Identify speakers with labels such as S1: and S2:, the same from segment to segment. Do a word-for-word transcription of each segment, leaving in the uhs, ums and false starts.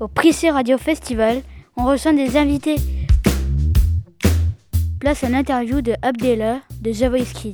S1: Au Prissé Radio Festival, on reçoit des invités. Place à l'interview de Abdellah de The Voice Kids.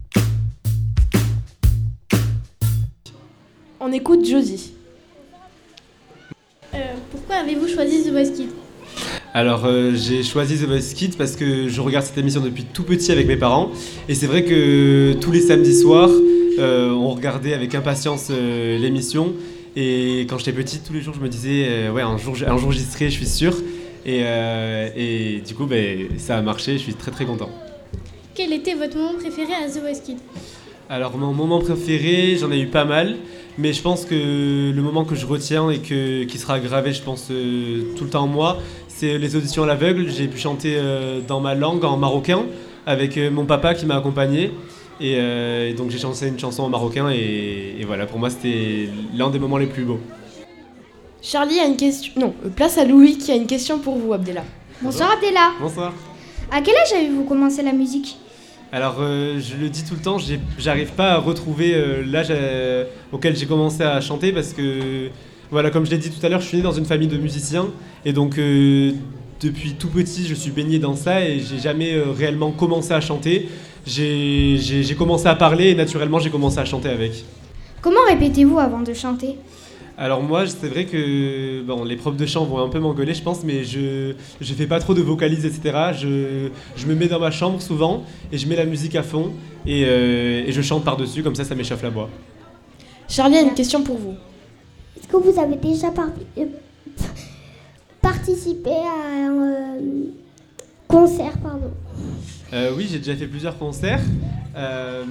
S2: On écoute Josie.
S3: Euh, pourquoi avez-vous choisi The Voice Kids ?
S4: Alors euh, j'ai choisi The Voice Kids parce que je regarde cette émission depuis tout petit avec mes parents. Et c'est vrai que tous les samedis soirs, euh, on regardait avec impatience euh, l'émission. Et quand j'étais petit, tous les jours, je me disais, euh, ouais, un jour, un jour j'y serai, je suis sûr. Et, euh, et du coup, ben, ça a marché, je suis très très content.
S3: Quel était votre moment préféré à The Voice Kids ?
S4: Alors, mon moment préféré, j'en ai eu pas mal. Mais je pense que le moment que je retiens et que, qui sera gravé, je pense, euh, tout le temps en moi, c'est les auditions à l'aveugle. J'ai pu chanter euh, dans ma langue, en marocain, avec euh, mon papa qui m'a accompagné. Et, euh, et donc j'ai chanté une chanson en marocain et, et voilà, pour moi c'était l'un des moments les plus beaux.
S2: Charlie a une question. Non, euh, place à Louis qui a une question pour vous, Abdellah.
S5: Bonsoir Abdellah.
S4: Bonsoir.
S5: À quel âge avez-vous commencé la musique ?
S4: Alors euh, je le dis tout le temps, j'ai, j'arrive pas à retrouver euh, l'âge euh, auquel j'ai commencé à chanter parce que, voilà, comme je l'ai dit tout à l'heure, je suis né dans une famille de musiciens et donc euh, depuis tout petit je suis baigné dans ça et j'ai jamais euh, réellement commencé à chanter. J'ai, j'ai, j'ai commencé à parler et naturellement j'ai commencé à chanter avec.
S5: Comment répétez-vous avant de chanter ?
S4: Alors moi, c'est vrai que bon, les profs de chant vont un peu m'engueuler, je pense, mais je je fais pas trop de vocalises, et cetera. Je, je me mets dans ma chambre souvent et je mets la musique à fond et, euh, et je chante par-dessus, comme ça, ça m'échauffe la voix.
S2: Charlie a une question pour vous.
S6: Est-ce que vous avez déjà par- euh, participé à un euh, concert, pardon ?
S4: Euh, oui, j'ai déjà fait plusieurs concerts. Euh...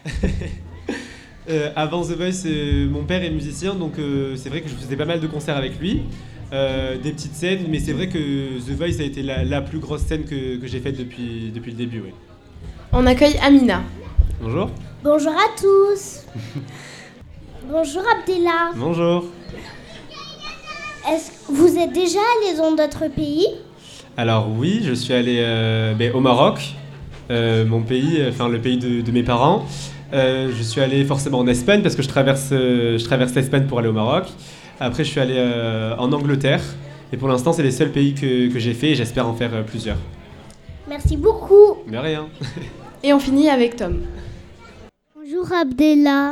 S4: euh, avant The Voice, euh, mon père est musicien, donc euh, c'est vrai que je faisais pas mal de concerts avec lui, euh, des petites scènes, mais c'est vrai que The Voice a été la, la plus grosse scène que, que j'ai faite depuis, depuis le début. Oui.
S2: On accueille Amina.
S4: Bonjour.
S6: Bonjour à tous. Bonjour Abdellah.
S4: Bonjour.
S6: Est-ce que vous êtes déjà allé dans d'autres pays ?
S4: Alors oui, je suis allé euh, ben, au Maroc, euh, mon pays, enfin le pays de, de mes parents. Euh, je suis allé forcément en Espagne parce que je traverse, euh, je traverse l'Espagne pour aller au Maroc. Après, je suis allé euh, en Angleterre. Et pour l'instant, c'est les seuls pays que, que j'ai fait et j'espère en faire euh, plusieurs.
S6: Merci beaucoup.
S4: De rien.
S2: Et on finit avec Tom.
S6: Bonjour Abdellah.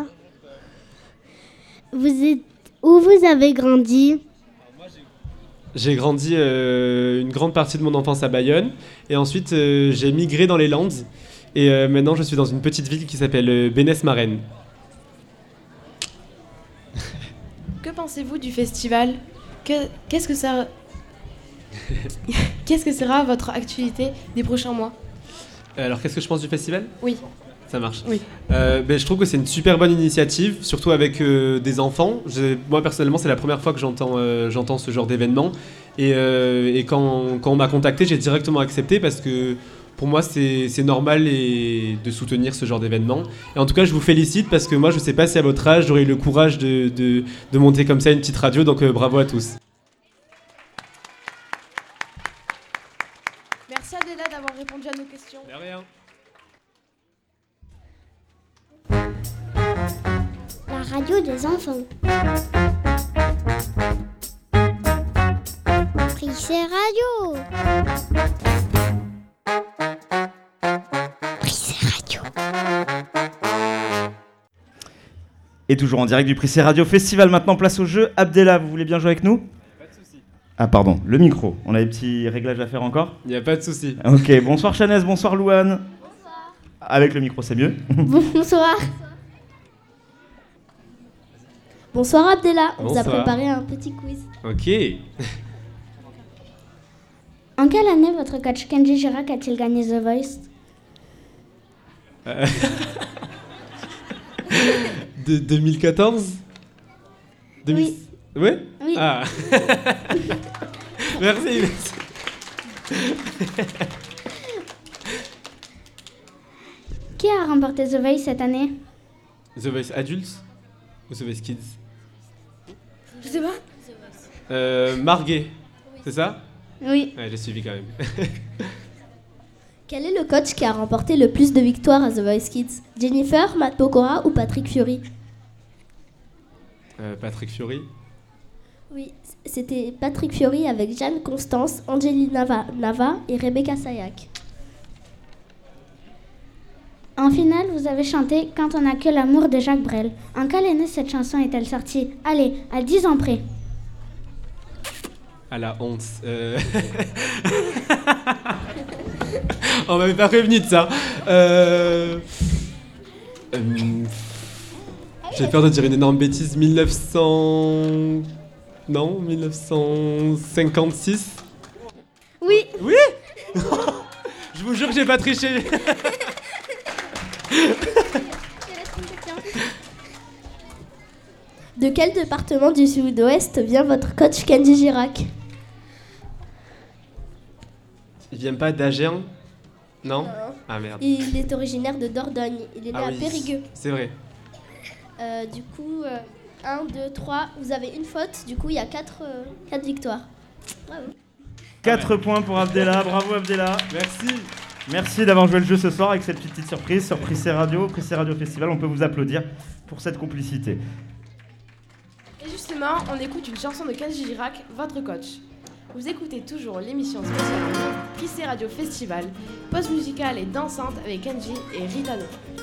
S6: Vous êtes où vous avez grandi ?
S4: J'ai grandi euh, une grande partie de mon enfance à Bayonne. Et ensuite, euh, j'ai migré dans les Landes. Et euh, maintenant, je suis dans une petite ville qui s'appelle euh, Bénès-Marraine.
S2: Que pensez-vous du festival ? Que- Qu'est-ce que ça... Qu'est-ce que sera votre actualité des prochains mois ?
S4: Alors, qu'est-ce que je pense du festival ?
S2: Oui.
S4: Ça marche.
S2: Oui.
S4: Euh, ben, je trouve que c'est une super bonne initiative, surtout avec euh, des enfants. Je, moi, personnellement, c'est la première fois que j'entends, euh, j'entends ce genre d'événement. Et, euh, et quand, quand on m'a contacté, j'ai directement accepté parce que pour moi, c'est, c'est normal et de soutenir ce genre d'événement. Et en tout cas, je vous félicite parce que moi, je ne sais pas si à votre âge, j'aurais eu le courage de, de, de monter comme ça une petite radio. Donc, euh, bravo à tous.
S2: Merci Adela d'avoir répondu à nos questions.
S4: De rien.
S6: La radio des enfants. Prissé Radio. Prissé Radio.
S7: Et toujours en direct du Prissé Radio Festival, maintenant place au jeu. Abdellah, vous voulez bien jouer avec nous ?
S4: Pas de souci.
S7: Ah pardon, le micro. On a des petits réglages à faire encore ?
S4: Il n'y a pas de souci.
S7: Ok, bonsoir Chanès, bonsoir Louane. Bonsoir. Avec le micro, c'est mieux.
S6: Bonsoir. Bonsoir Abdellah. On vous a
S4: Bonsoir.
S6: préparé un petit quiz.
S4: Ok.
S6: En quelle année votre coach Kenji Girac a-t-il gagné The Voice ?
S4: Euh, De deux mille quatorze deux mille...
S6: Oui.
S4: Ouais
S6: Oui.
S4: Ah. Merci, merci.
S6: Qui a remporté The Voice cette année ?
S4: The Voice Adults ou The Voice Kids?
S3: Je sais pas.
S4: euh, Marguet, c'est ça?
S6: Oui.
S4: Ouais, j'ai suivi quand même.
S6: Quel est le coach qui a remporté le plus de victoires à The Voice Kids ? Jennifer, Matt Pokora ou Patrick Fiori ?
S4: euh, Patrick Fiori.
S6: Oui, c'était Patrick Fiori avec Jeanne Constance, Angelina Nava, Nava et Rebecca Sayac.
S5: En finale, vous avez chanté Quand on n'a que l'amour de Jacques Brel. En quelle année cette chanson est-elle sortie? Allez, à dix ans près.
S4: À la honte. Euh... On m'avait pas prévenu de ça. Euh... Euh... J'ai peur de dire une énorme bêtise. mille neuf cents... Non, mille neuf cent cinquante-six.
S5: Oui.
S4: Oui. Je vous jure que j'ai pas triché.
S6: De quel département du Sud-Ouest vient votre coach Kenji Girac?
S4: Il vient pas d'Agen? Non,
S6: Non.
S4: Ah merde.
S6: Il est originaire de Dordogne. Il est né
S4: Ah
S6: à
S4: oui,
S6: Périgueux.
S4: C'est vrai.
S6: Euh, du coup, un, deux, trois, vous avez une faute. Du coup, il y a quatre victoires. Bravo.
S7: quatre points pour Abdella, bravo Abdella.
S4: Merci.
S7: Merci d'avoir joué le jeu ce soir avec cette petite surprise sur Prissé Radio, Prissé Radio Festival. On peut vous applaudir pour cette complicité.
S2: Et justement, on écoute une chanson de Kenji Girac, votre coach. Vous écoutez toujours l'émission spéciale Prissé Radio Festival, pause musicale et dansante avec Kenji et Ritano.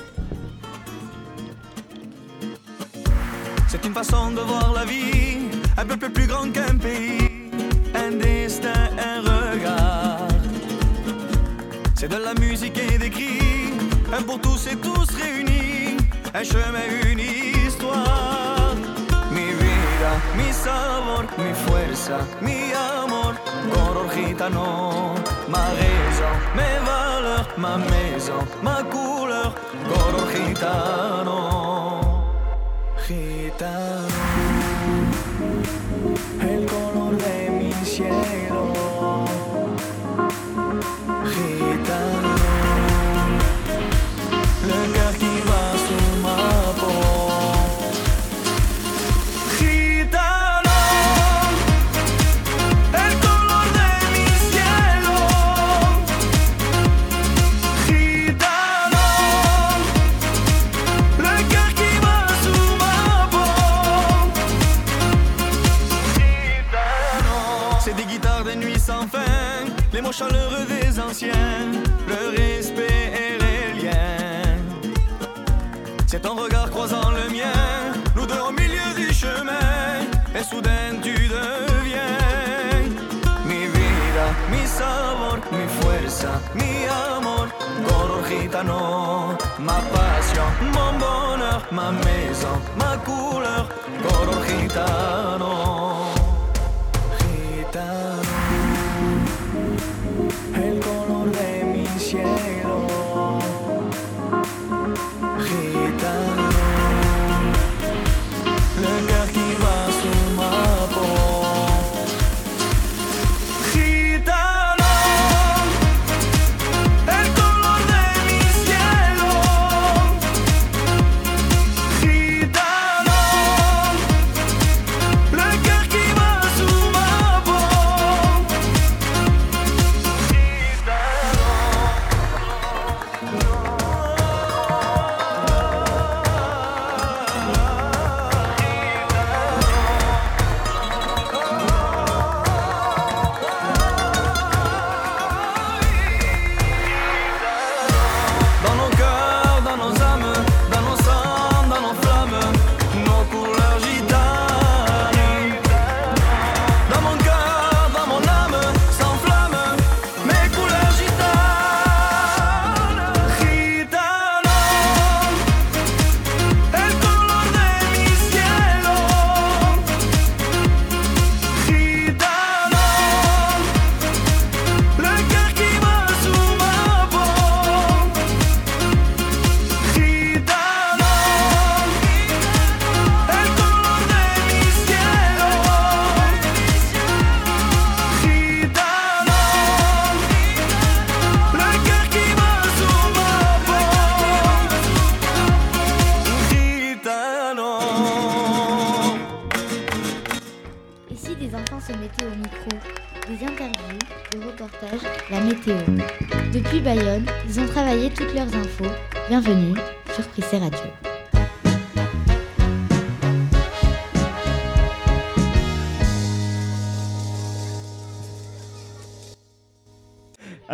S8: C'est une façon de voir la vie, un peuple plus grand qu'un pays, un destin, un regard. C'est de la musique et des cris, un pour tous et tous réunis, un chemin, une histoire. Mi vida, mi sabor, mi fuerza, mi amor, color gitano. Ma raison, mes valeurs, ma maison, ma couleur, color gitano. Gitano, el color de mi cielo. Gitano, le cœur qui bat sous ma peau. Gitano, el color de mi cielo. Gitano, le cœur qui bat sous ma peau. Gitano, c'est des guitares de nuit sans fin, les mots chaleureux des anciens, le respect et les liens. C'est ton regard croisant le mien, nous deux au milieu du chemin, et soudain tu deviens mi vida, mi sabor, mi fuerza, mi amor, color gitano. Ma passion, mon bonheur, ma maison, ma couleur, color gitano. Gitano, el color de mi cielo. Gitano, le cœur qui bat sous ma peau. Gitano, el color de mi cielo. Gitano, le cœur qui bat sous ma peau. Dans nos cœurs, dans nos âmes, dans nos sangs, dans nos flammes, nos couleurs gitanes. Dans mon cœur, dans mon âme, s'enflamment mes couleurs gitanes. Gitano, el color de mi cielo. Gitano, le cœur qui bat sous ma peau. Gitano, el color de mi cielo. Gitano, le cœur qui bat sous ma peau. Gitano.
S1: Et si des enfants se mettaient au micro? Des interviews, des reportages, la météo. Depuis Bayonne, ils ont travaillé toutes leurs infos. Bienvenue sur Prissé Radio.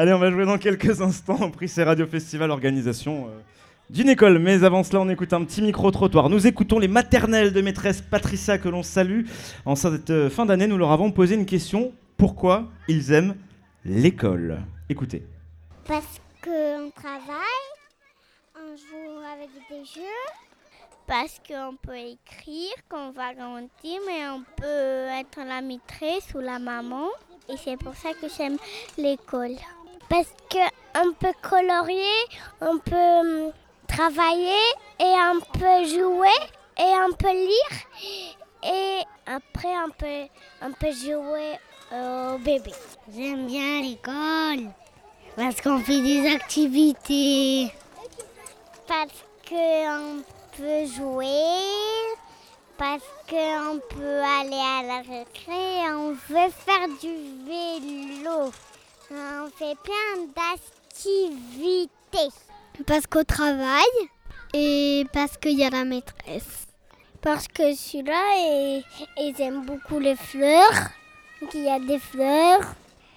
S7: Allez, on va jouer dans quelques instants au Prix C'est Radio Festival, organisation euh, d'une école. Mais avant cela, on écoute un petit micro-trottoir. Nous écoutons les maternelles de maîtresse Patricia que l'on salue. En cette euh, fin d'année, nous leur avons posé une question. Pourquoi ils aiment l'école? Écoutez.
S9: Parce qu'on travaille, on joue avec des jeux, parce qu'on peut écrire, qu'on va grandir, mais on peut être la maîtresse ou la maman. Et c'est pour ça que j'aime l'école. Parce qu'on peut colorier, on peut hum, travailler, et on peut jouer, et on peut lire. Et après, on peut, on peut jouer au bébé. J'aime bien l'école, parce qu'on fait des activités. Parce qu'on peut jouer, parce qu'on peut aller à la récré, on veut faire du vélo. On fait plein d'activités. Parce qu'au travail et parce qu'il y a la maîtresse. Parce que celui-là, et, ils aiment beaucoup les fleurs, qu'il y a des fleurs.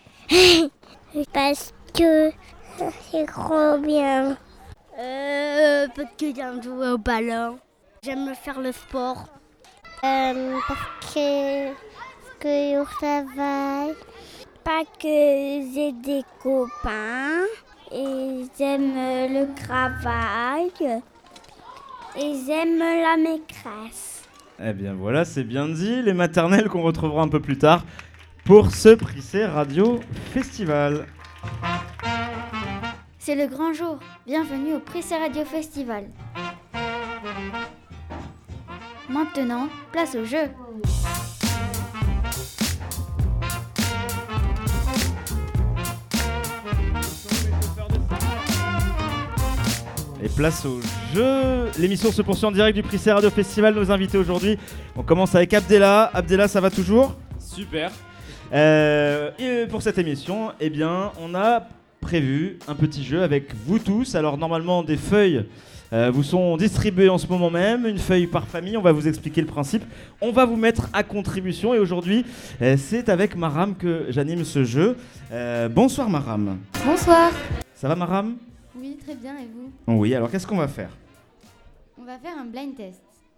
S9: Parce que c'est trop bien. Euh, parce que j'aime jouer au ballon. J'aime faire le sport. Euh, parce que, parce que au travail, pas que j'ai des copains. Et j'aime le travail. Et j'aime la maîtresse.
S7: Eh bien voilà, c'est bien dit. Les maternelles qu'on retrouvera un peu plus tard pour ce Prix C'est Radio Festival.
S5: C'est le grand jour. Bienvenue au Prix C'est Radio Festival. Maintenant, place au jeu.
S7: Et place au jeu. L'émission se poursuit en direct du Prix C'est Radio Festival. Nos invités aujourd'hui, on commence avec Abdella. Abdella, ça va toujours?
S4: Super.
S7: Euh, et pour cette émission, eh bien, on a prévu un petit jeu avec vous tous. Alors normalement, des feuilles euh, vous sont distribuées en ce moment même, une feuille par famille. On va vous expliquer le principe. On va vous mettre à contribution. Et aujourd'hui, euh, c'est avec Maram que j'anime ce jeu. Euh, bonsoir Maram.
S1: Bonsoir.
S7: Ça va Maram?
S1: Oui, très bien, et vous?
S7: Oui, alors qu'est-ce qu'on va faire?
S1: On va faire un blind test.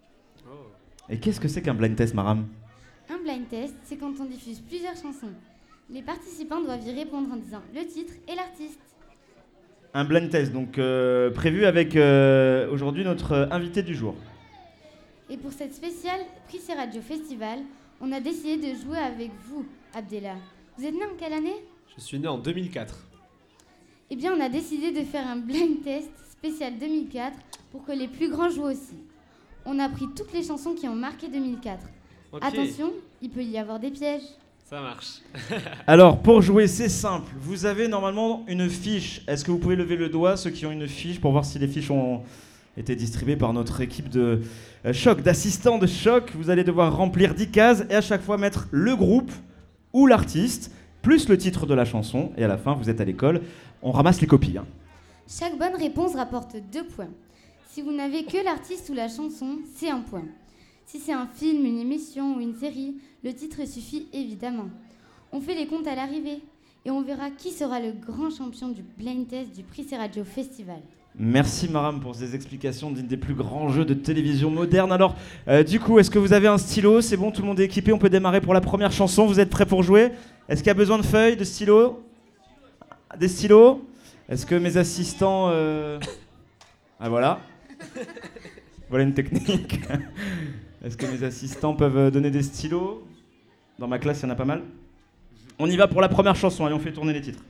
S7: Et qu'est-ce que c'est qu'un blind test, Maram?
S1: Un blind test, c'est quand on diffuse plusieurs chansons. Les participants doivent y répondre en disant le titre et l'artiste.
S7: Un blind test, donc euh, prévu avec euh, aujourd'hui notre euh, invité du jour.
S1: Et pour cette spéciale Prix C'est Radio Festival, on a décidé de jouer avec vous, Abdella. Vous êtes né en quelle année?
S4: Je suis né en deux mille quatre.
S1: Eh bien, on a décidé de faire un blind test spécial deux mille quatre pour que les plus grands jouent aussi. On a pris toutes les chansons qui ont marqué deux mille quatre.
S4: Okay.
S1: Attention, il peut y avoir des pièges.
S4: Ça marche.
S7: Alors, pour jouer, c'est simple. Vous avez normalement une fiche. Est-ce que vous pouvez lever le doigt, ceux qui ont une fiche, pour voir si les fiches ont été distribuées par notre équipe de euh, choc, d'assistants de choc. Vous allez devoir remplir dix cases et à chaque fois mettre le groupe ou l'artiste, plus le titre de la chanson. Et à la fin, vous êtes à l'école. On ramasse les copies. Hein.
S1: Chaque bonne réponse rapporte deux points. Si vous n'avez que l'artiste ou la chanson, c'est un point. Si c'est un film, une émission ou une série, le titre suffit évidemment. On fait les comptes à l'arrivée et on verra qui sera le grand champion du blind test du Prix C'est Radio Festival.
S7: Merci Maram pour ces explications d'un des plus grands jeux de télévision moderne. Alors, euh, du coup, est-ce que vous avez un stylo? C'est bon, tout le monde est équipé, on peut démarrer pour la première chanson. Vous êtes prêts pour jouer? Est-ce qu'il y a besoin de feuilles, de stylos? Des stylos? Est-ce que mes assistants... Euh... Ah voilà. Voilà une technique. Est-ce que mes assistants peuvent donner des stylos? Dans ma classe, il y en a pas mal. On y va pour la première chanson. Allez, on fait tourner les titres.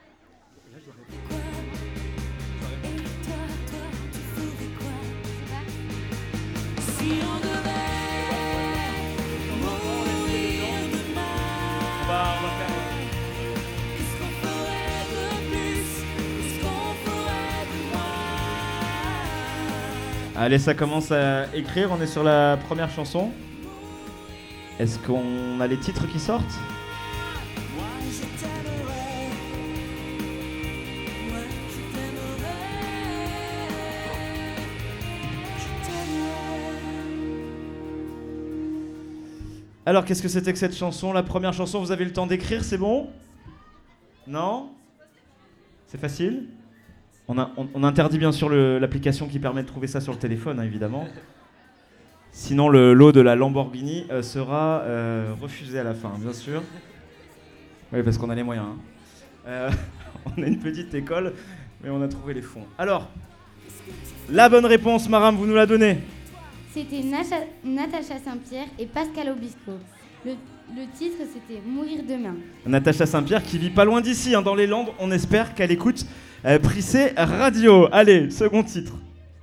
S7: Allez, ça commence à écrire, on est sur la première chanson. Est-ce qu'on a les titres qui sortent? Alors, qu'est-ce que c'était que cette chanson? La première chanson, vous avez le temps d'écrire, c'est bon? Non? C'est facile. On, a, on, on interdit bien sûr le, l'application qui permet de trouver ça sur le téléphone, hein, évidemment. Sinon, le lot de la Lamborghini euh, sera euh, refusé à la fin, bien sûr. Oui, parce qu'on a les moyens. Hein. Euh, on a une petite école, mais on a trouvé les fonds. Alors, la bonne réponse, Maram, vous nous la donnez.
S1: C'était Nacha- Natacha Saint-Pierre et Pascal Obispo. Le, le titre, c'était Mourir demain.
S7: Natacha Saint-Pierre qui vit pas loin d'ici, hein, dans les Landes. On espère qu'elle écoute euh, Prissé Radio. Allez, second titre.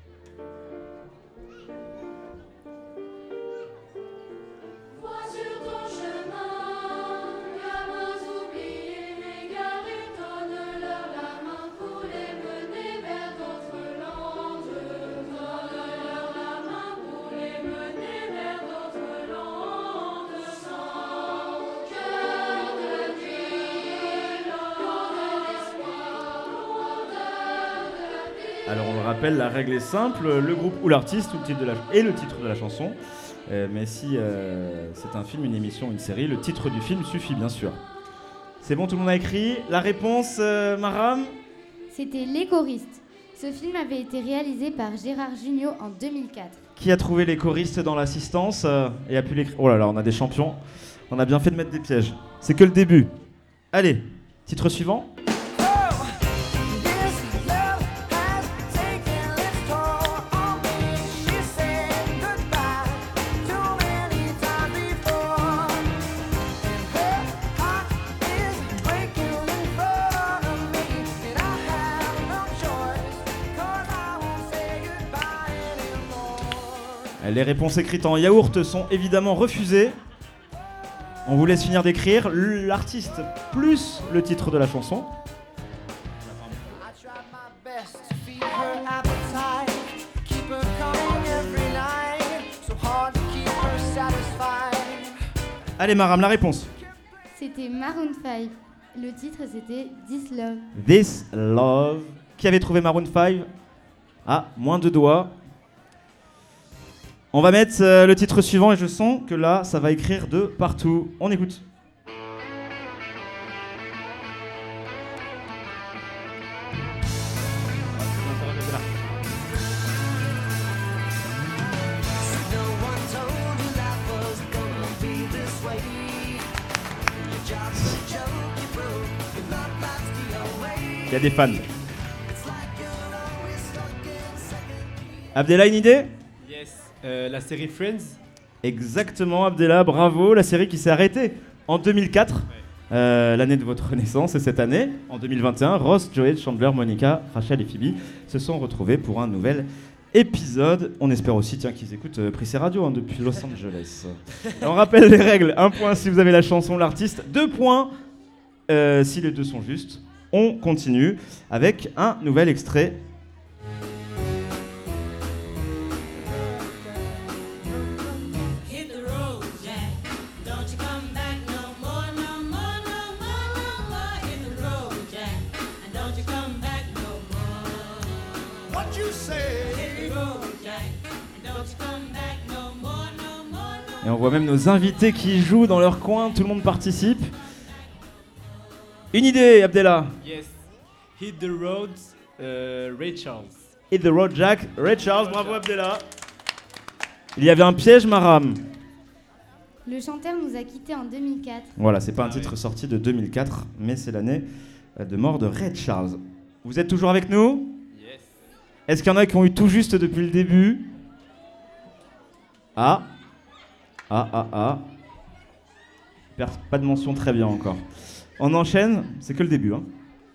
S7: Alors on le rappelle, la règle est simple, le groupe ou l'artiste ou le titre de la ch- et le titre de la chanson. Euh, mais si euh, c'est un film, une émission, une série, le titre du film suffit bien sûr. C'est bon, tout le monde a écrit. La réponse, euh, Maram?
S1: C'était Les choristes. Ce film avait été réalisé par Gérard Jugnot en deux mille quatre.
S7: Qui a trouvé les choristes dans l'assistance euh, et a pu l'écrire? Oh là là, on a des champions. On a bien fait de mettre des pièges. C'est que le début. Allez, titre suivant. Les réponses écrites en yaourt sont évidemment refusées. On vous laisse finir d'écrire l'artiste plus le titre de la chanson. Allez Maram, la réponse.
S1: C'était Maroon cinq. Le titre, c'était This Love.
S7: This Love. Qui avait trouvé Maroon cinq? Ah, moins de doigts. On va mettre euh, le titre suivant et je sens que là, ça va écrire de partout. On écoute. Il y a des fans. Abdellah, une idée?
S4: Euh, la série Friends.
S7: Exactement, Abdellah, bravo. La série qui s'est arrêtée en deux mille quatre, ouais. euh, l'année de votre naissance. Et cette année, en deux mille vingt et un, Ross, Joey, Chandler, Monica, Rachel et Phoebe se sont retrouvés pour un nouvel épisode. On espère aussi tiens, qu'ils écoutent euh, Prissé Radio hein, depuis Los Angeles. On rappelle les règles. Un point si vous avez la chanson, l'artiste. Deux points euh, si les deux sont justes. On continue avec un nouvel extrait. Et on voit même nos invités qui jouent dans leur coin, tout le monde participe. Une idée, Abdellah?
S4: Yes. Hit the Road, euh, Ray Charles.
S7: Hit the Road, Jack, Ray Charles, bravo Abdellah. Il y avait un piège, Maram.
S1: Le chanteur nous a quittés en deux mille quatre.
S7: Voilà, c'est pas un
S4: ah
S7: titre
S4: ouais.
S7: sorti de deux mille quatre, mais c'est l'année de mort de Ray Charles. Vous êtes toujours avec nous?
S4: Yes.
S7: Est-ce qu'il y en a qui ont eu tout juste depuis le début? Ah. Ah, ah, ah. Pas de mention, très bien encore. On enchaîne, c'est que le début. Hein.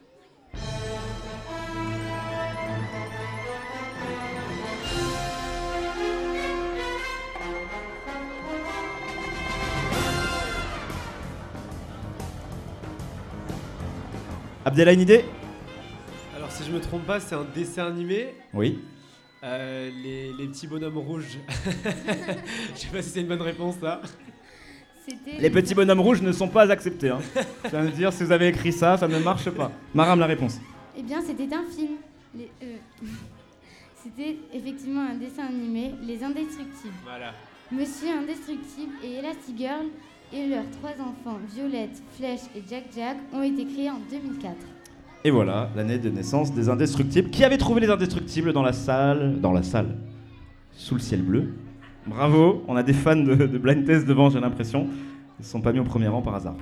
S7: Abdellah, une idée?
S4: Alors si je me trompe pas, c'est un dessin animé.
S7: Oui.
S4: Euh, les, les petits bonhommes rouges. Je sais pas si c'est une bonne réponse là.
S1: C'était
S7: Les petits bonhommes rouges ne sont pas acceptés. Hein. Ça veut dire si vous avez écrit ça, ça ne marche pas. Maram, la réponse.
S1: Eh bien, c'était un film. Les, euh, C'était effectivement un dessin animé, Les Indestructibles.
S4: Voilà.
S1: Monsieur Indestructible et Elastigirl et leurs trois enfants, Violette, Flèche et Jack Jack, ont été créés en deux mille quatre.
S7: Et voilà, l'année de naissance des Indestructibles. Qui avait trouvé les Indestructibles dans la salle Dans la salle, sous le ciel bleu. Bravo, on a des fans de, de Blind Test devant, j'ai l'impression. Ils ne sont pas mis au premier rang par hasard.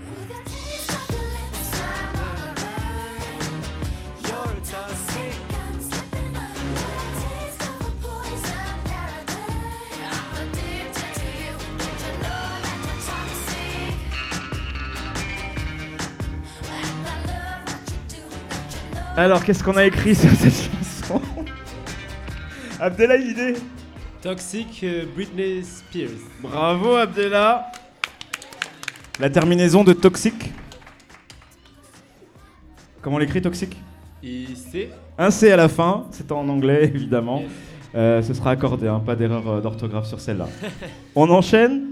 S7: Alors, qu'est-ce qu'on a écrit sur cette chanson? Abdellah, une idée?
S4: Toxic, euh, Britney Spears.
S7: Bravo, Abdellah. La terminaison de Toxic. Comment on l'écrit, Toxic?
S4: I C.
S7: Un C à la fin, c'est en anglais, évidemment. Yes. Euh, ce sera accordé, hein, pas d'erreur d'orthographe sur celle-là. On enchaîne.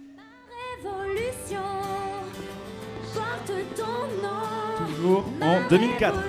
S7: Toujours en deux mille quatre.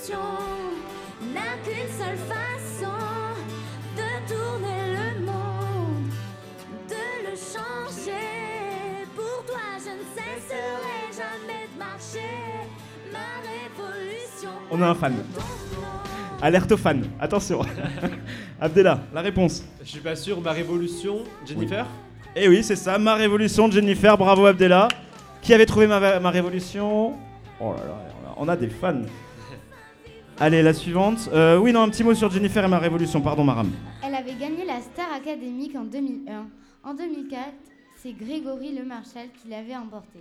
S7: On a un fan. Alerte aux fans, attention. Abdellah, la réponse.
S4: Je suis pas sûr, Ma Révolution, Jennifer.
S7: Oui. Eh oui, c'est ça, Ma Révolution, Jennifer, bravo Abdellah. Qui avait trouvé Ma, ma Révolution? Oh là là, on a des fans. Allez, la suivante. Euh, oui, non, un petit mot sur Jennifer et Ma Révolution, pardon Maram.
S1: Elle avait gagné la Star Academic en deux mille un. En deux mille quatre, c'est Grégory Le Marchal qui l'avait emporté.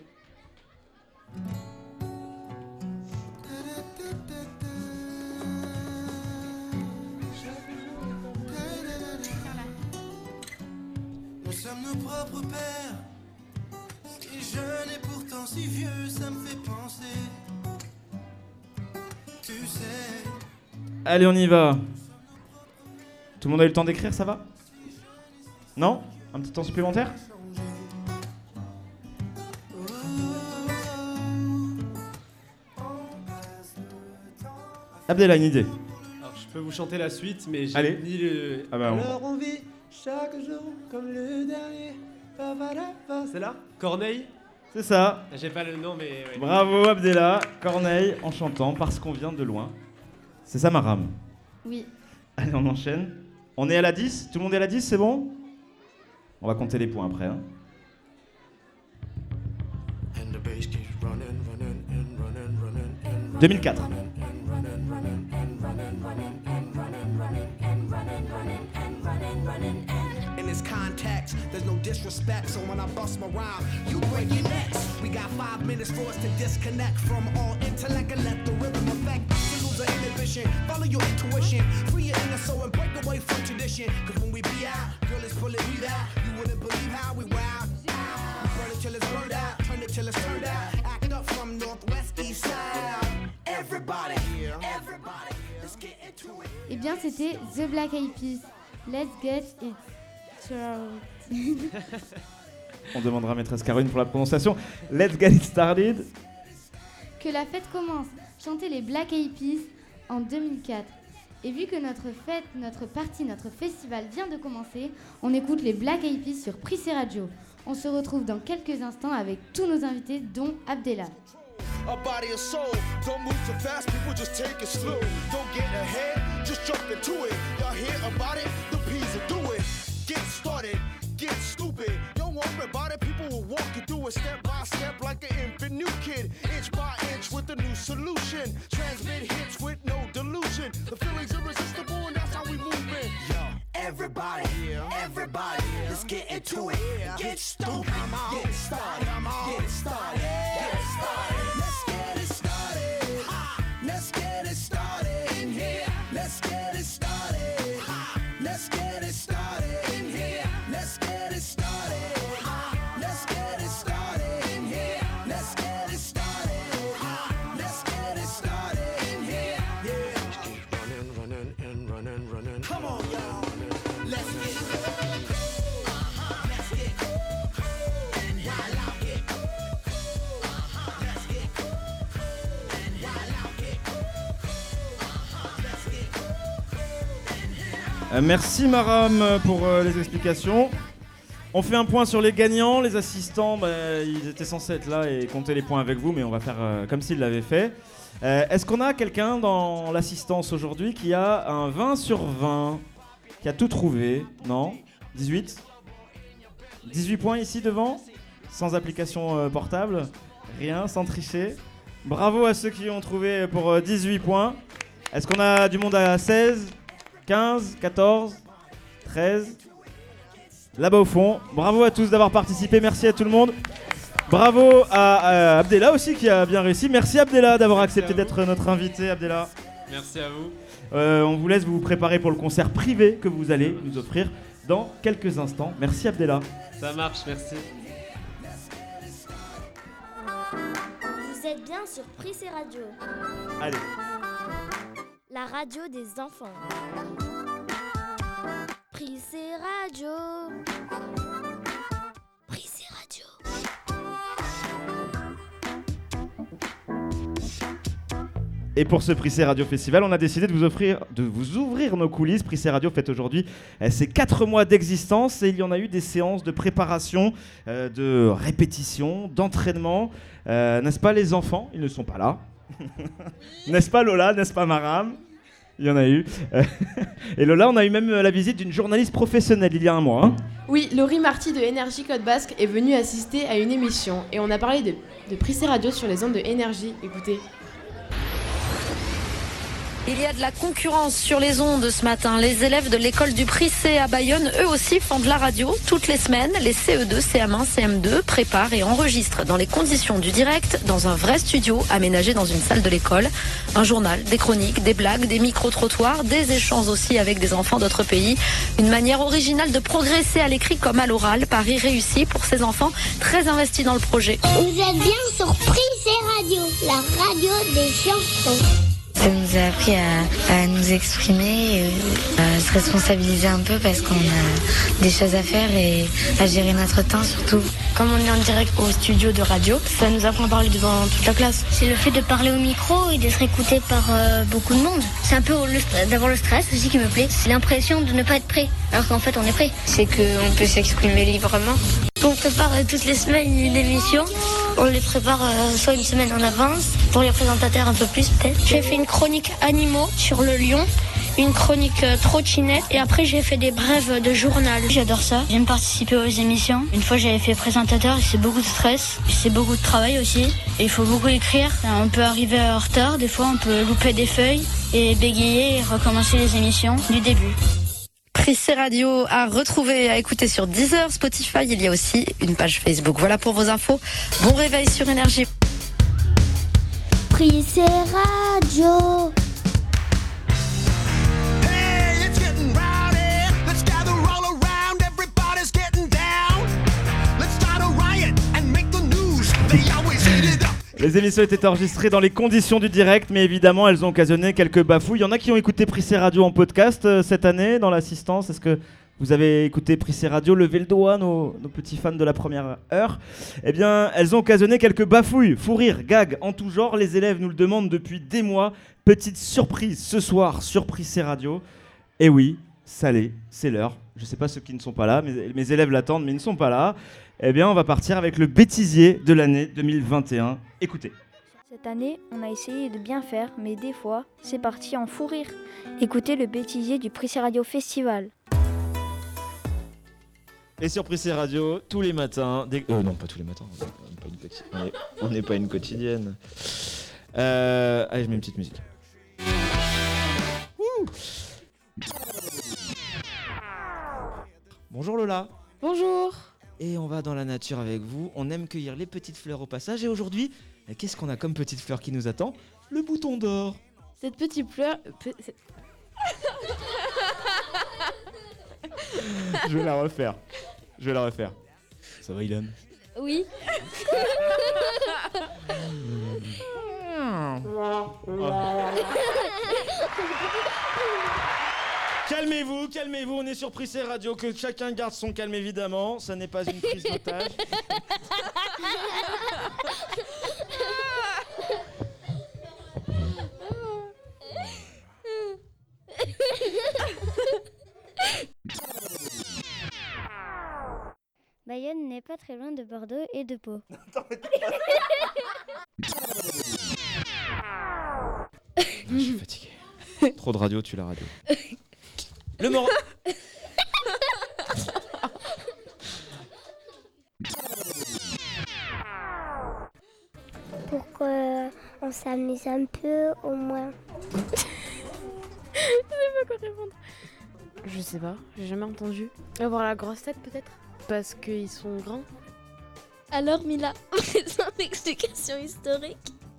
S10: Nous sommes nos propres pères, si jeune et pourtant si vieux, ça me fait penser. Tu sais.
S7: Allez, on y va. Tout le monde a eu le temps d'écrire, ça va? Non? Un petit temps supplémentaire? Abdellah, une idée?
S4: Alors, je peux vous chanter la suite, mais j'ai
S7: Allez.
S4: ni le...
S7: Ah bah, on...
S4: Alors on vit chaque jour comme le dernier. C'est là? Corneille?
S7: C'est ça.
S4: J'ai pas le nom, mais... Ouais.
S7: Bravo Abdellah, Corneille, en chantant Parce qu'on vient de loin. C'est ça, Maram?
S1: Oui.
S7: Allez, on enchaîne. On est à la dix? Tout le monde est à la dix, c'est bon? On va compter les points après. Hein. deux mille quatre.
S11: In this context, there's no disrespect, so when I bust my rhyme, you break your necks. We got five minutes for us to disconnect from all intellect and let the rhythm affect. To lose the inhibition, follow your intuition, free your inner soul and break away from tradition. Cause when we be out, girl, it's pulling me out. You wouldn't believe how we wow. We burn it till it's burned out, turn it till it's turned out. Act up from northwest, east side. Everybody, everybody, let's get into it.
S1: Eh bien, c'était The Black Eyed Peas. Let's get it started.
S7: On demandera à maîtresse Caroline pour la prononciation. Let's get it started.
S1: Que la fête commence. Chanter les Black Eyed Peas en deux mille quatre. Et vu que notre fête, notre partie, notre festival vient de commencer, on écoute les Black Eyed Peas sur Prissé Radio. On se retrouve dans quelques instants avec tous nos invités, dont Abdellah.
S12: A body and soul, don't move too fast, people just take it slow. Don't get ahead, just jump into it. Y'all hear about it? The P's will do it. Get started, get stupid. Don't worry about it, people will walk you through it step by step like an infant new kid. Inch by inch with a new solution. Transmit hits with no delusion. The feeling's irresistible and that's how we move in. Yo,
S11: everybody, everybody, let's get into it. Get stupid, get it started, get it started, get it started. Let's get it started. Let's get it started in here. Let's get it started. Let's get it started in here. Let's get it started. Let's get it started in here. Let's get it started. Let's get it started in here. Yeah.
S12: Just keep running, running, and running, running.
S11: Come on, y'all. Let's get it. Let's get it. And while I get it. Let's get it. And while I get it. Let's get it.
S7: Euh, merci Maram pour euh, les explications. On fait un point sur les gagnants. Les assistants, bah, ils étaient censés être là et compter les points avec vous, mais on va faire euh, comme s'ils l'avaient fait. Euh, est-ce qu'on a quelqu'un dans l'assistance aujourd'hui qui a un vingt sur vingt, qui a tout trouvé? Non? dix-huit? dix-huit points ici devant? Sans application euh, portable? Rien, sans tricher? Bravo à ceux qui ont trouvé pour euh, dix-huit points. Est-ce qu'on a du monde à seize, quinze, quatorze, treize? Là-bas au fond. Bravo à tous d'avoir participé. Merci à tout le monde. Bravo à, à Abdella aussi qui a bien réussi. Merci Abdella d'avoir accepté d'être notre invité, Abdella.
S4: Merci à vous.
S7: Euh, on vous laisse vous préparer pour le concert privé que vous allez nous offrir dans quelques instants. Merci Abdella.
S4: Ça marche, merci.
S6: Vous êtes bien sur Prissé Radio.
S7: Allez.
S6: La radio des enfants. Prissé Radio. Prissé Radio.
S7: Et pour ce Prissé Radio Festival, on a décidé de vous offrir, de vous ouvrir nos coulisses. Prissé Radio fête aujourd'hui euh, ses quatre mois d'existence et il y en a eu des séances de préparation, euh, de répétition, d'entraînement. Euh, n'est-ce pas les enfants? Ils ne sont pas là. N'est-ce pas Lola? N'est-ce pas Maram? Il y en a eu. Et Lola, on a eu même la visite d'une journaliste professionnelle il y a un mois. Hein.
S2: Oui, Laurie Marty de Énergie Côte Basque est venue assister à une émission et on a parlé de, de Prissé Radio sur les ondes de Énergie. Écoutez.
S13: Il y a de la concurrence sur les ondes ce matin. Les élèves de l'école du Prissé à Bayonne, eux aussi, font de la radio. Toutes les semaines, les C E deux, C M un, C M deux préparent et enregistrent dans les conditions du direct, dans un vrai studio aménagé dans une salle de l'école. Un journal, des chroniques, des blagues, des micro-trottoirs, des échanges aussi avec des enfants d'autres pays. Une manière originale de progresser à l'écrit comme à l'oral. Pari réussi pour ces enfants très investis dans le projet.
S9: Vous êtes bien sur Prissé Radio, la radio des chansons.
S14: Ça nous a appris à, à nous exprimer, et à se responsabiliser un peu parce qu'on a des choses à faire et à gérer notre temps surtout.
S15: Comme on est en direct au studio de radio, ça nous apprend à parler devant toute la classe.
S16: C'est le fait de parler au micro et d'être écouté par euh, beaucoup de monde. C'est un peu le, d'avoir le stress aussi qui me plaît. C'est l'impression de ne pas être prêt, alors qu'en fait on est prêt.
S15: C'est qu'on peut s'exprimer librement.
S16: On prépare euh, toutes les semaines une émission. On les prépare euh, soit une semaine en avance, pour les présentateurs un peu plus peut-être. J'ai fait une chronique animaux sur le lion, une chronique euh, trottinette et après j'ai fait des brèves de journal.
S15: J'adore ça, j'aime participer aux émissions. Une fois j'avais fait présentateur, c'est beaucoup de stress, c'est beaucoup de travail aussi. Et il faut beaucoup écrire, on peut arriver en retard, des fois on peut louper des feuilles et bégayer et recommencer les émissions du début.
S13: Prissé Radio à retrouver et à écouter sur Deezer, Spotify. Il y a aussi une page Facebook. Voilà pour vos infos. Bon réveil sur Énergie.
S9: Prissé Radio.
S11: Hey, it's getting rowdy. Let's gather all around. Everybody's getting down. Let's start a riot and make the news. They always heat it up.
S7: Les émissions étaient enregistrées dans les conditions du direct, mais évidemment, elles ont occasionné quelques bafouilles. Il y en a qui ont écouté Prissé Radio en podcast euh, cette année dans l'assistance. Est-ce que vous avez écouté Prissé Radio? Levez le doigt, nos, nos petits fans de la première heure. Eh bien, elles ont occasionné quelques bafouilles, fou rire, gags en tout genre. Les élèves nous le demandent depuis des mois. Petite surprise ce soir sur Prissé Radio. Et oui, salé, c'est l'heure. Je ne sais pas ceux qui ne sont pas là, mais mes élèves l'attendent, mais ils ne sont pas là. Eh bien, on va partir avec le bêtisier de l'année deux mille vingt et un. Écoutez.
S17: Cette année, on a essayé de bien faire, mais des fois, c'est parti en fou rire. Écoutez le bêtisier du Prissé Radio Festival.
S7: Et sur Prissé Radio, tous les matins... Dès... Euh, non, pas tous les matins, on n'est pas une, quotidi... on est... pas une quotidienne. Euh... Allez, je mets une petite musique. Wouh. Bonjour Lola.
S2: Bonjour.
S7: Et on va dans la nature avec vous. On aime cueillir les petites fleurs au passage. Et aujourd'hui, qu'est-ce qu'on a comme petite fleur qui nous attend? Le bouton d'or.
S2: Cette petite fleur... Pe-
S7: Je vais la refaire. Je vais la refaire. Ça va, Ilan?
S6: Oui.
S7: Calmez-vous, calmez-vous, on est sur Prissé Radio, que chacun garde son calme évidemment, ça n'est pas une prise d'otage.
S5: pas très loin de Bordeaux et de Pau.
S7: Je suis fatigué. Trop de radio, tu la radio. Le mort.
S9: Pour qu'on s'amuse un peu au moins.
S2: Je sais pas quoi répondre. Je sais pas, j'ai jamais entendu. Avoir la grosse tête peut-être. Parce qu'ils sont grands.
S6: Alors Mila, présente l'explication historique.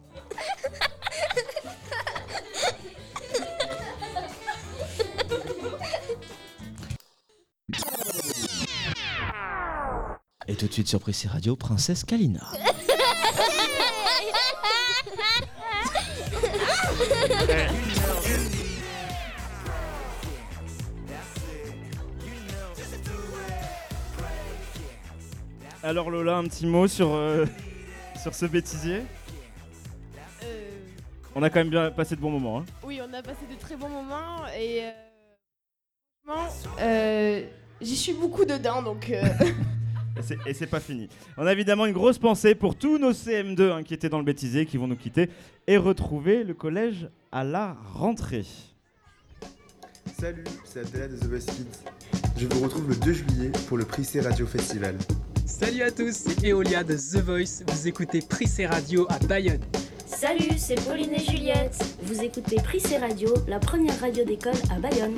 S7: Et tout de suite sur Prissé Radio, Princesse Kalina. Alors Lola, un petit mot sur, euh, sur ce bêtisier.
S2: Euh...
S7: On a quand même bien passé de bons moments. Hein.
S2: Oui, on a passé de très bons moments et euh... euh, j'y suis beaucoup dedans donc... Euh...
S7: Et c'est, et c'est pas fini. On a évidemment une grosse pensée pour tous nos C M deux hein, qui étaient dans le bêtisier, qui vont nous quitter et retrouver le collège à la rentrée.
S18: Salut, c'est Abdella de The Voice Kids. Je vous retrouve le deux juillet pour le Prissé Radio Festival.
S19: Salut à tous, c'est Eolia de The Voice. Vous écoutez Prissé Radio à Bayonne.
S20: Salut, c'est Pauline et Juliette. Vous écoutez Prissé Radio, la première radio d'école à Bayonne.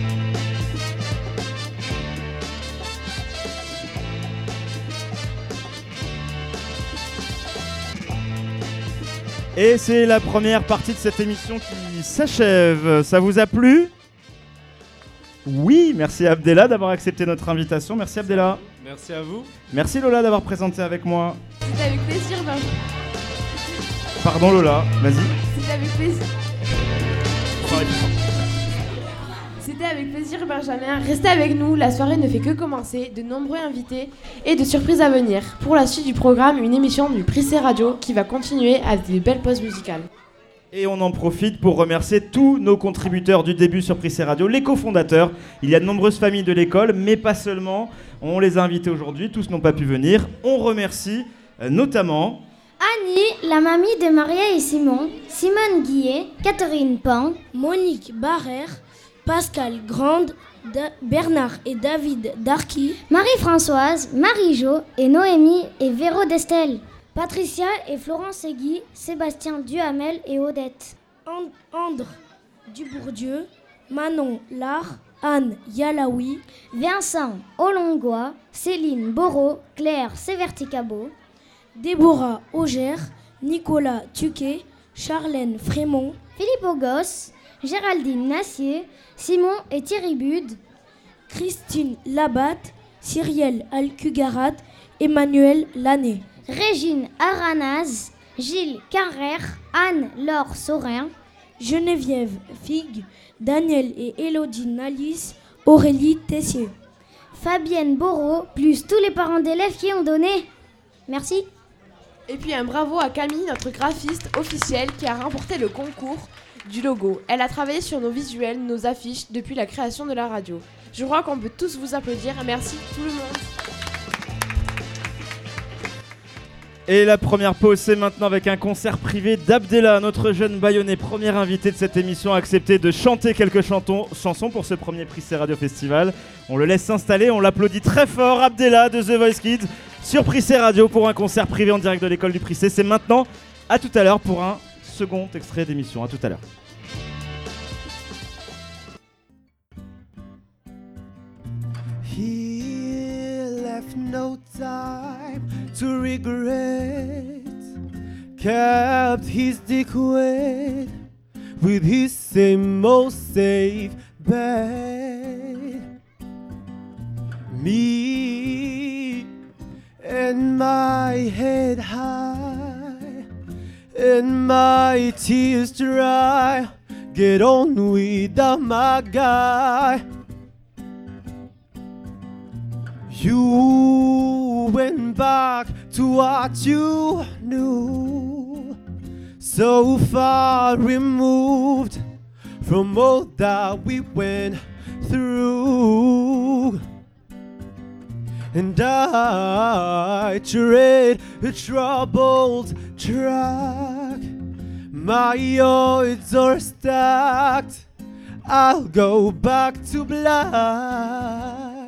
S7: Et c'est la première partie de cette émission qui s'achève. Ça vous a plu ? Oui, merci Abdella d'avoir accepté notre invitation. Merci Abdella.
S4: Merci à vous.
S7: Merci Lola d'avoir présenté avec moi.
S2: C'était avec plaisir, Benjamin.
S7: Pardon Lola, vas-y.
S2: C'était avec plaisir. C'était avec plaisir, Benjamin. Restez avec nous, la soirée ne fait que commencer. De nombreux invités et de surprises à venir. Pour la suite du programme, une émission du Prissé Radio qui va continuer avec des belles pauses musicales.
S7: Et on en profite pour remercier tous nos contributeurs du début sur Prissé Radio, les cofondateurs. Il y a de nombreuses familles de l'école, mais pas seulement. On les a invités aujourd'hui, tous n'ont pas pu venir. On remercie euh, notamment...
S5: Annie, la mamie de Maria et Simon, Simone Guillet, Catherine Pan,
S3: Monique Barrère, Pascal Grande, da- Bernard et David Darky,
S5: Marie-Françoise, Marie-Jo et Noémie et Véro Destel, Patricia et Florence Egui, Sébastien Duhamel et Odette,
S3: And- Andre Dubourdieu, Manon Lard, Anne Yalaoui,
S5: Vincent Olongois, Céline Borot, Claire Séverticabo,
S3: Déborah Augère, Nicolas Tuquet, Charlène Frémont,
S5: Philippe Ogos, Géraldine Nassier, Simon et Thierry Bud,
S3: Christine Labatte, Cyrielle Alcugarat, Emmanuel Lanné,
S5: Régine Aranaz, Gilles Carrère, Anne-Laure Saurin,
S3: Geneviève Figue, Daniel et Élodie Nalis, Aurélie Tessier,
S5: Fabienne Borot, plus tous les parents d'élèves qui ont donné. Merci.
S2: Et puis un bravo à Camille, notre graphiste officielle, qui a remporté le concours du logo. Elle a travaillé sur nos visuels, nos affiches, depuis la création de la radio. Je crois qu'on peut tous vous applaudir. Merci tout le monde.
S7: Et la première pause, c'est maintenant avec un concert privé d'Abdella, notre jeune Bayonnais, premier invité de cette émission, a accepté de chanter quelques chantons, chansons pour ce premier Prissé Radio Festival. On le laisse s'installer, on l'applaudit très fort, Abdella de The Voice Kids, sur Prissé Radio pour un concert privé en direct de l'école du Prissé. C'est maintenant, à tout à l'heure pour un second extrait d'émission. À tout à l'heure.
S11: He left no time to regret, kept his dick wet with his same old safe bet. Me and my head high and my tears dry, get on without my guy. You went back to what you knew, so far removed from all that we went through.
S21: and I tread a troubled track. My odds are stacked, I'll go back to black.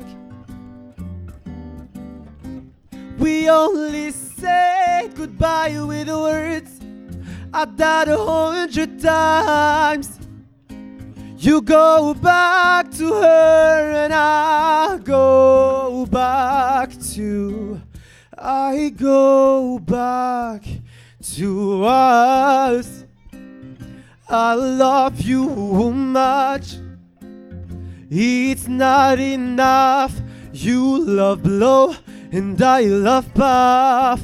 S21: We only said goodbye with words, I died a hundred times. You go back to her and I go back to, I go back to us. I love you much, it's not enough. You love blow and I love puff.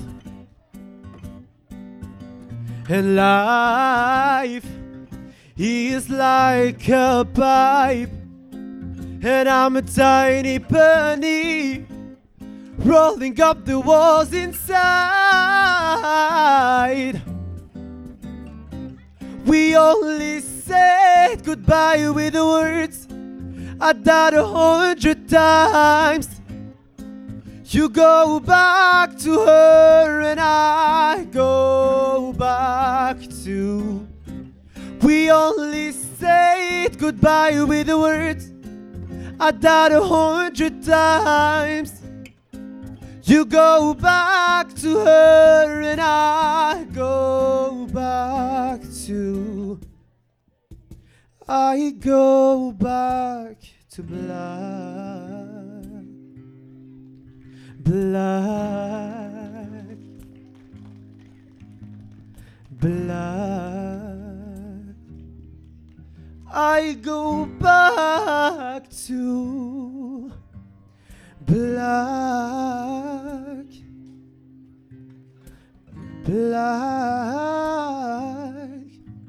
S21: And life is like a pipe, and I'm a tiny penny rolling up the walls inside. We only said goodbye with words, I died a hundred times. You go back to her and I go back to. We only said goodbye with words, I died a hundred times. You go back to her and I go back to. I go back to black. Black, black. I go back to black, black,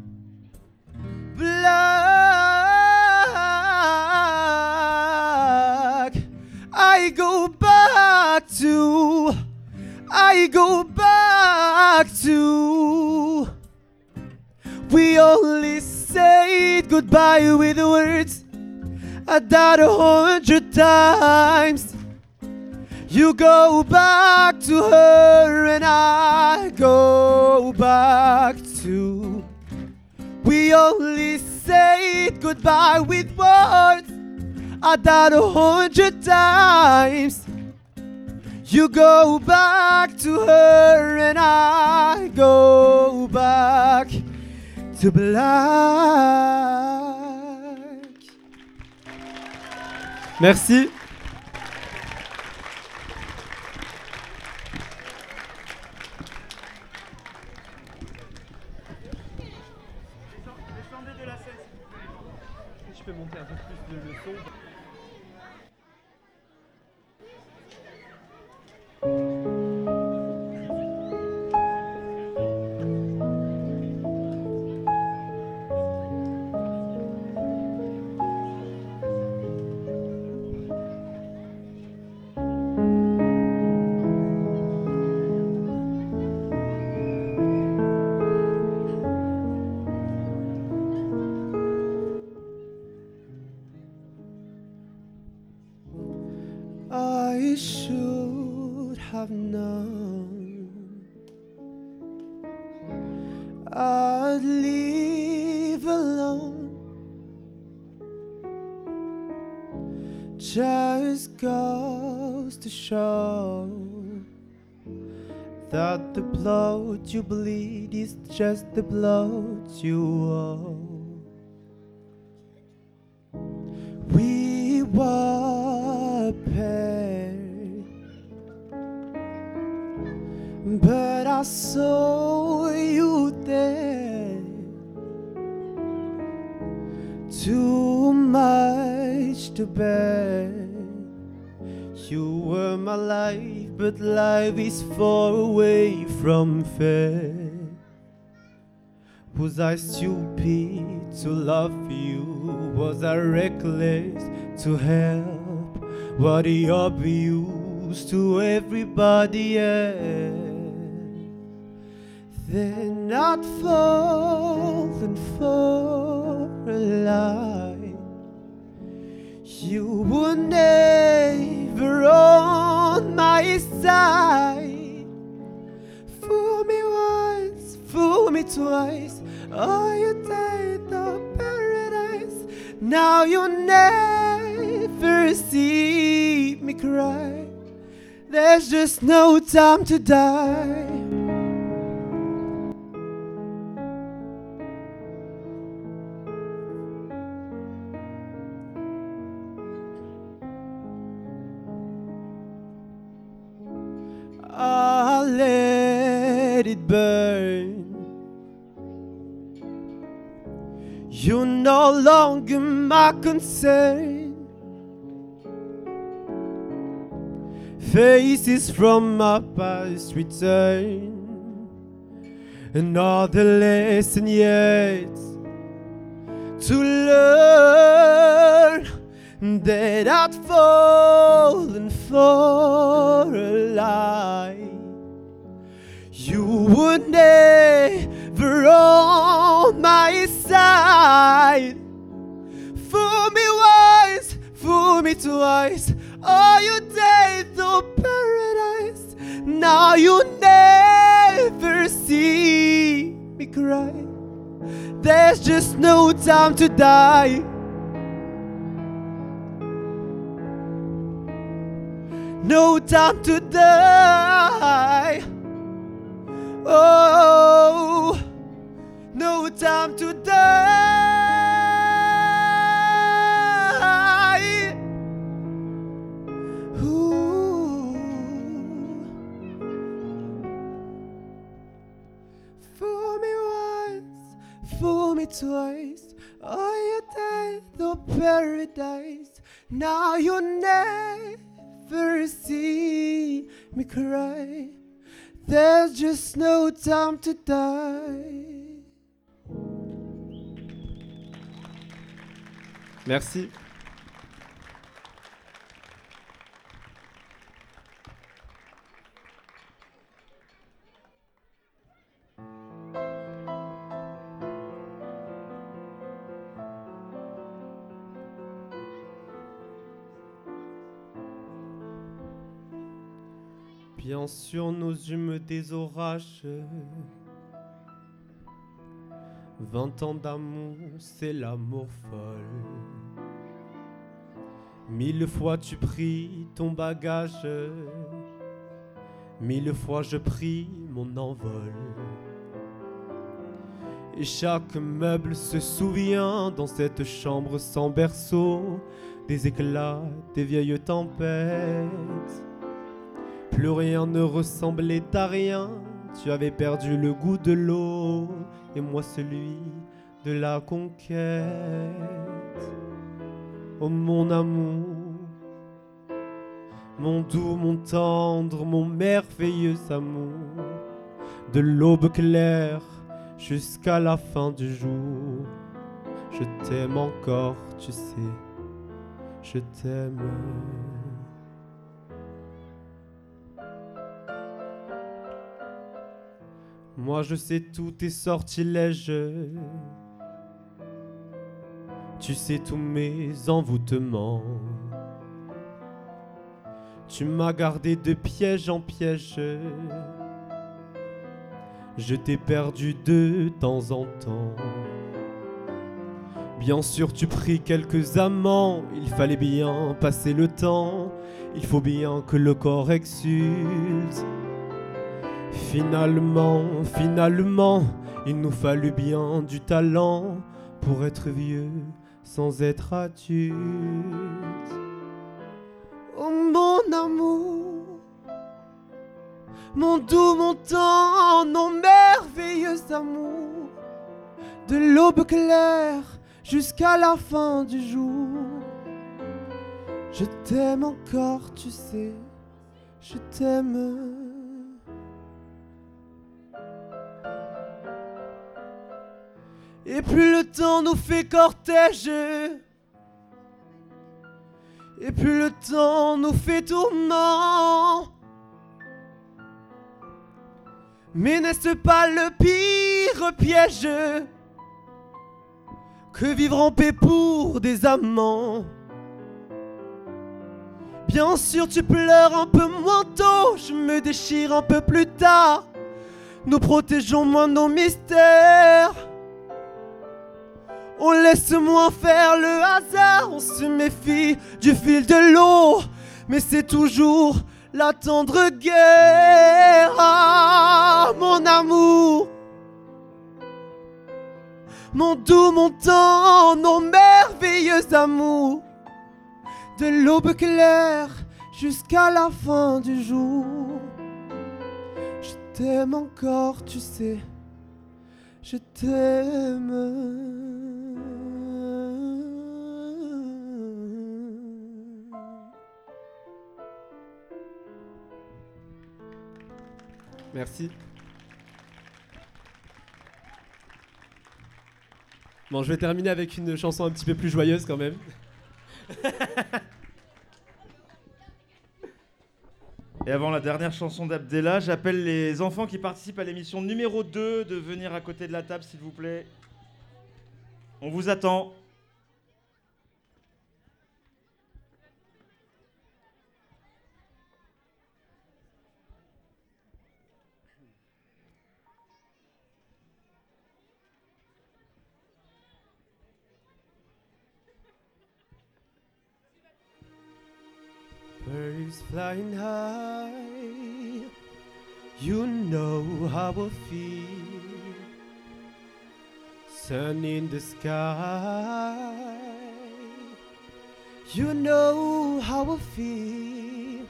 S21: black. I go back to, I go back to. We only said goodbye with words, I died a hundred times. You go back to her and I go back to. We only said goodbye with words, I died a hundred times. You go back to her and I go back to black. Merci.
S4: Descendez de la scène. Je peux monter un peu plus de le son.
S21: I should have known I'd leave alone. Just goes to show that the blood you bleed is just the blood you owe. We were paired, but I saw you there. Too much to bear. You were my life, but life is far away from fair. Was I stupid to love you? Was I reckless to help? Were the obvious to everybody else? Then I'd fallen for a lie you would never understand. die. Fool me once, fool me twice. Oh, you died the paradise. Now you'll never see me cry. There's just no time to die. I'll let it burn. You're no longer my concern. Faces from my past return. Another lesson yet to learn, that I'd fallen for a lie. You were never on my side. Fool me once, fool me twice. Oh, you died the paradise. Now you never see me cry. There's just no time to die. No time to die. Oh, no time to die. Ooh. Fool me once, fool me twice. Oh, you died the paradise. Now you're never see me cry. There's just no time to die.
S4: Merci.
S21: Bien sûr, nous eûmes des orages. Vingt ans d'amour, c'est l'amour folle. Mille fois tu pris ton bagage. Mille fois je pris mon envol. Et chaque meuble se souvient dans cette chambre sans berceau des éclats des vieilles tempêtes. Plus rien ne ressemblait à rien. Tu avais perdu le goût de l'eau et moi celui de la conquête. Oh mon amour, mon doux, mon tendre, mon merveilleux amour, de l'aube claire jusqu'à la fin du jour, je t'aime encore, tu sais, je t'aime. Moi je sais tous tes sortilèges. Tu sais tous mes envoûtements. Tu m'as gardé de piège en piège. Je t'ai perdu de temps en temps. Bien sûr tu pris quelques amants. Il fallait bien passer le temps. Il faut bien que le corps exulte. Finalement, finalement, il nous fallut bien du talent pour être vieux sans être adulte. Oh mon amour, mon doux, mon tendre, mon merveilleux amour, de l'aube claire jusqu'à la fin du jour. Je t'aime encore, tu sais, je t'aime. Et plus le temps nous fait cortège, et plus le temps nous fait tourment. Mais n'est-ce pas le pire piège que vivre en paix pour des amants? Bien sûr tu pleures un peu moins tôt, je me déchire un peu plus tard. Nous protégeons moins nos mystères. On laisse moins faire le hasard, on se méfie du fil de l'eau. Mais c'est toujours la tendre guerre. Ah, mon amour, mon doux, mon tendre, mon merveilleux amour. De l'aube claire jusqu'à la fin du jour. Je t'aime encore, tu sais, je t'aime.
S4: Merci. Bon, je vais terminer avec une chanson un petit peu plus joyeuse quand même.
S7: Et avant la dernière chanson d'Abdella, j'appelle les enfants qui participent à l'émission numéro deux de venir à côté de la table, s'il vous plaît. On vous attend.
S21: Birds flying high, you know how I feel. Sun in the sky, you know how I feel.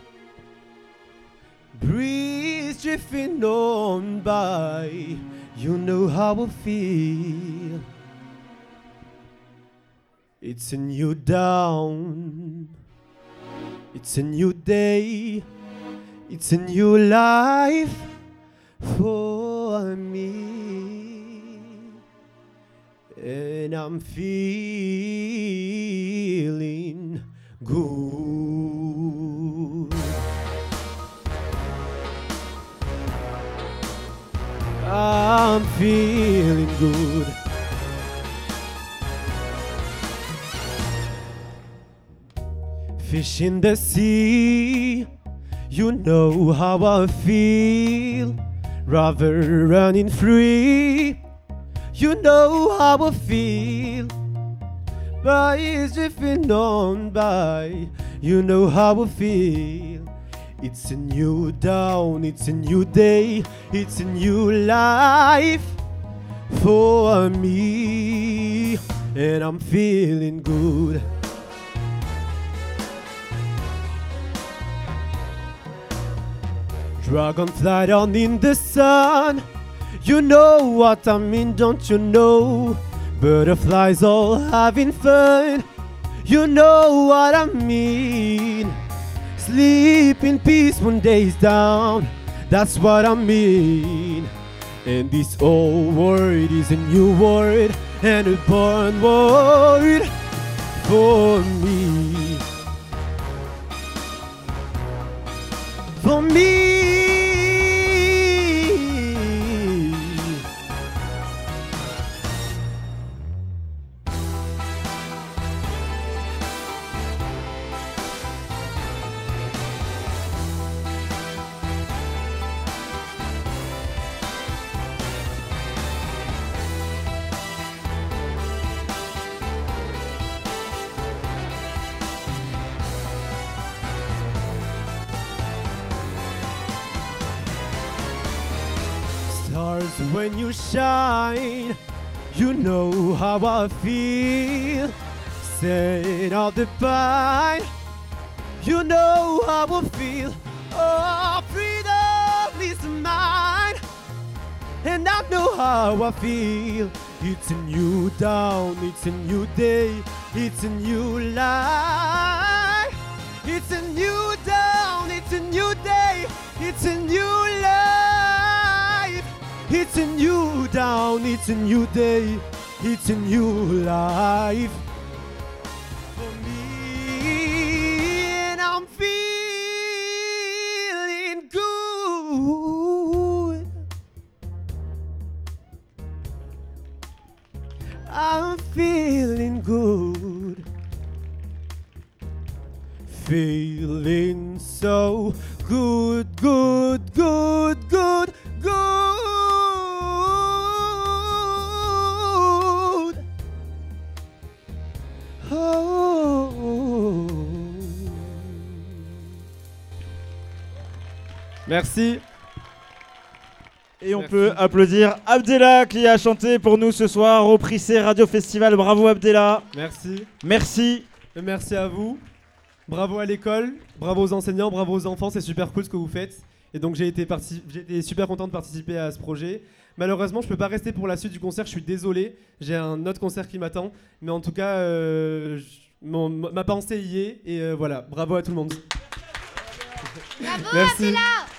S21: Breeze drifting on by, you know how I feel. It's a new dawn. It's a new day, it's a new life for me. And I'm feeling good. I'm feeling good. Fish in the sea, you know how I feel. River running free, you know how I feel. Birds drifting on by, you know how I feel. It's a new dawn, it's a new day, it's a new life for me. And I'm feeling good. Dragonfly down in the sun, you know what I mean, don't you know? Butterflies all having fun, you know what I mean. Sleep in peace when day's down, that's what I mean. And this old world is a new world, and a born world for me. For me. Stars, when you shine, you know how I feel. Set out the pine, you know how I feel. Oh, freedom is mine, and I know how I feel. It's a new dawn, it's a new day, it's a new life. It's a new dawn, it's a new day, it's a new life. It's a new dawn, it's a new day, it's a new life for me. And I'm feeling good. I'm feeling good. feeling so good, good, good, good, good. Oh.
S4: Merci.
S7: Et on peut applaudir Abdellah qui a chanté pour nous ce soir au Prissé Radio Festival. Bravo Abdellah.
S4: Merci.
S7: Merci.
S4: Et merci à vous. Bravo à l'école, bravo aux enseignants, bravo aux enfants, c'est super cool ce que vous faites. Et donc j'ai été, parti- j'ai été super content de participer à ce projet. Malheureusement, je peux pas rester pour la suite du concert, je suis désolé. J'ai un autre concert qui m'attend. Mais en tout cas, euh, je- mon- ma pensée y est. Et euh, voilà, bravo à tout le monde.
S1: Bravo
S4: Merci.
S1: Abdellah.